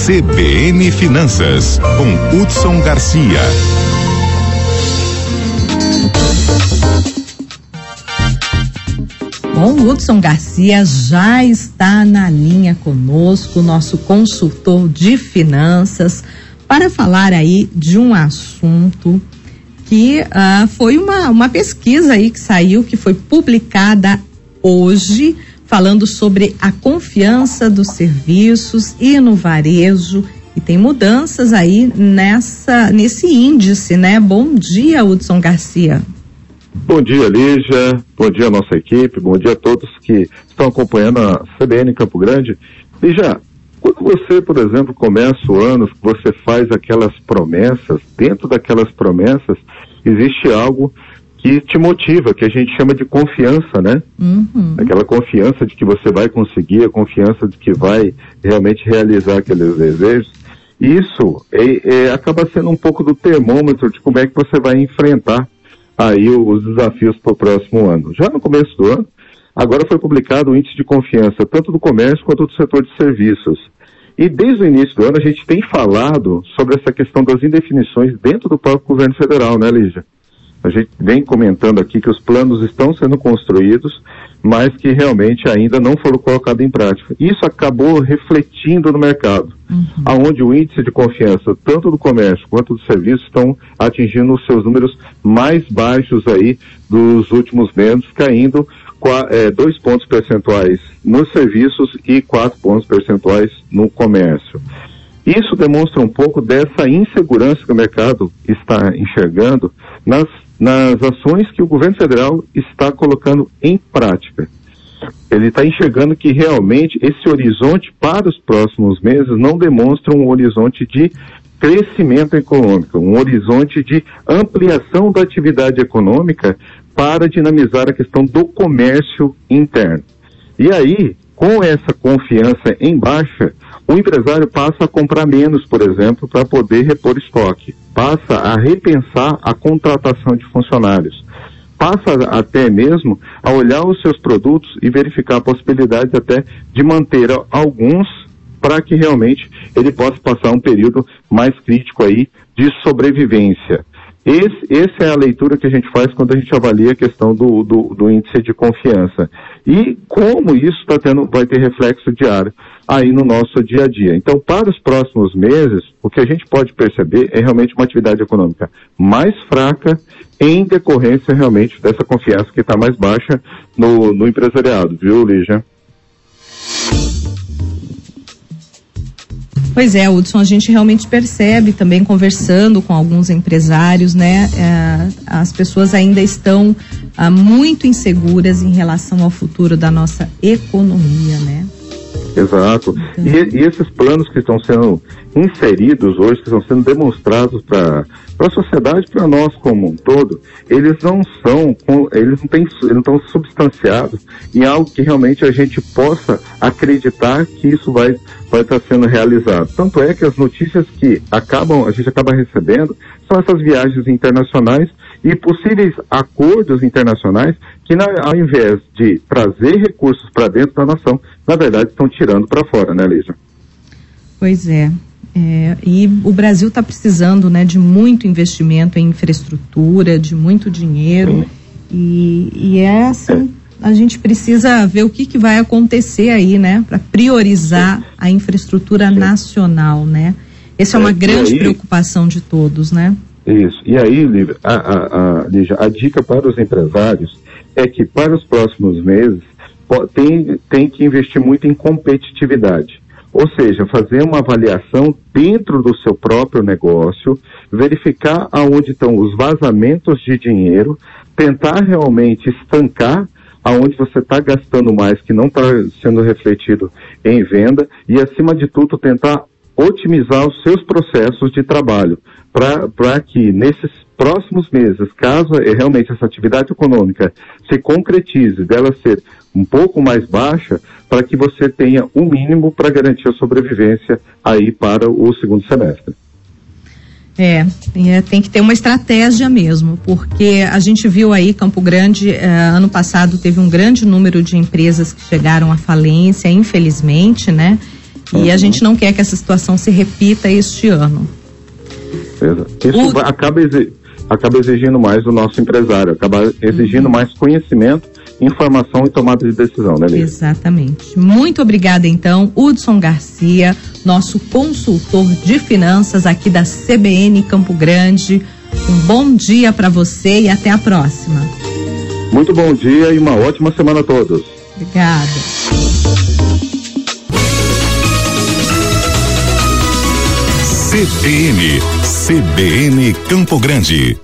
CBN Finanças, com Hudson Garcia. Bom, Hudson Garcia já está na linha conosco, nosso consultor de finanças, para falar aí de um assunto que foi uma pesquisa aí que saiu, que foi publicada hoje, falando sobre a confiança dos serviços e no varejo, e tem mudanças aí nesse índice, né? Bom dia, Hudson Garcia. Bom dia, Lígia, bom dia a nossa equipe, bom dia a todos que estão acompanhando a CBN Campo Grande. Lígia, quando você, por exemplo, começa o ano, você faz aquelas promessas, dentro daquelas promessas existe algo que te motiva, que a gente chama de confiança, né? Uhum. Aquela confiança de que você vai conseguir, a confiança de que vai realmente realizar aqueles desejos. Isso acaba sendo um pouco do termômetro de como é que você vai enfrentar aí os desafios para o próximo ano. Já no começo do ano, agora foi publicado o índice de confiança, tanto do comércio quanto do setor de serviços. E desde o início do ano a gente tem falado sobre essa questão das indefinições dentro do próprio governo federal, né, Lígia? A gente vem comentando aqui que os planos estão sendo construídos, mas que realmente ainda não foram colocados em prática. Isso acabou refletindo no mercado, onde o índice de confiança, tanto do comércio quanto do serviço, estão atingindo os seus números mais baixos aí dos últimos meses, caindo 2 pontos percentuais nos serviços e 4 pontos percentuais no comércio. Isso demonstra um pouco dessa insegurança que o mercado está enxergando nas ações que o governo federal está colocando em prática. Ele está enxergando que realmente esse horizonte para os próximos meses não demonstra um horizonte de crescimento econômico, um horizonte de ampliação da atividade econômica para dinamizar a questão do comércio interno. E aí, com essa confiança em baixa, o empresário passa a comprar menos, por exemplo, para poder repor estoque, passa a repensar a contratação de funcionários, passa até mesmo a olhar os seus produtos e verificar a possibilidade até de manter alguns para que realmente ele possa passar um período mais crítico aí de sobrevivência. Essa é a leitura que a gente faz quando a gente avalia a questão do índice de confiança. E como isso vai ter reflexo diário aí no nosso dia a dia. Então, para os próximos meses, o que a gente pode perceber é realmente uma atividade econômica mais fraca em decorrência realmente dessa confiança que está mais baixa no empresariado, viu, Lígia? Pois é, Hudson, a gente realmente percebe também conversando com alguns empresários, né? As pessoas ainda estão muito inseguras em relação ao futuro da nossa economia, né? Exato. E esses planos que estão sendo inseridos hoje, que estão sendo demonstrados para a sociedade, para nós como um todo, eles não estão substanciados em algo que realmente a gente possa acreditar que isso vai estar sendo realizado. Tanto é que as notícias que a gente acaba recebendo são essas viagens internacionais e possíveis acordos internacionais que, ao invés de trazer recursos para dentro da nação, na verdade estão tirando para fora, né, Lígia? Pois é. E o Brasil está precisando, né, de muito investimento em infraestrutura, de muito dinheiro. E assim, a gente precisa ver o que vai acontecer aí, né, para priorizar a infraestrutura nacional, né? Essa é uma grande preocupação de todos, né? Isso. E aí, Lígia, a dica para os empresários é que para os próximos meses tem que investir muito em competitividade. Ou seja, fazer uma avaliação dentro do seu próprio negócio, verificar aonde estão os vazamentos de dinheiro, tentar realmente estancar aonde você está gastando mais, que não está sendo refletido em venda, e acima de tudo tentar otimizar os seus processos de trabalho, para que nesses próximos meses, caso realmente essa atividade econômica se concretize, dela ser um pouco mais baixa, para que você tenha o mínimo para garantir a sobrevivência aí para o segundo semestre. Tem que ter uma estratégia mesmo, porque a gente viu aí Campo Grande, ano passado teve um grande número de empresas que chegaram à falência, infelizmente, né? E a gente não quer que essa situação se repita este ano. Isso acaba exigindo mais do nosso empresário, acaba exigindo mais conhecimento, informação e tomada de decisão, né, Lígia? Exatamente. Muito obrigada, então, Hudson Garcia, nosso consultor de finanças aqui da CBN Campo Grande. Um bom dia para você e até a próxima. Muito bom dia e uma ótima semana a todos. Obrigada. CBN Campo Grande.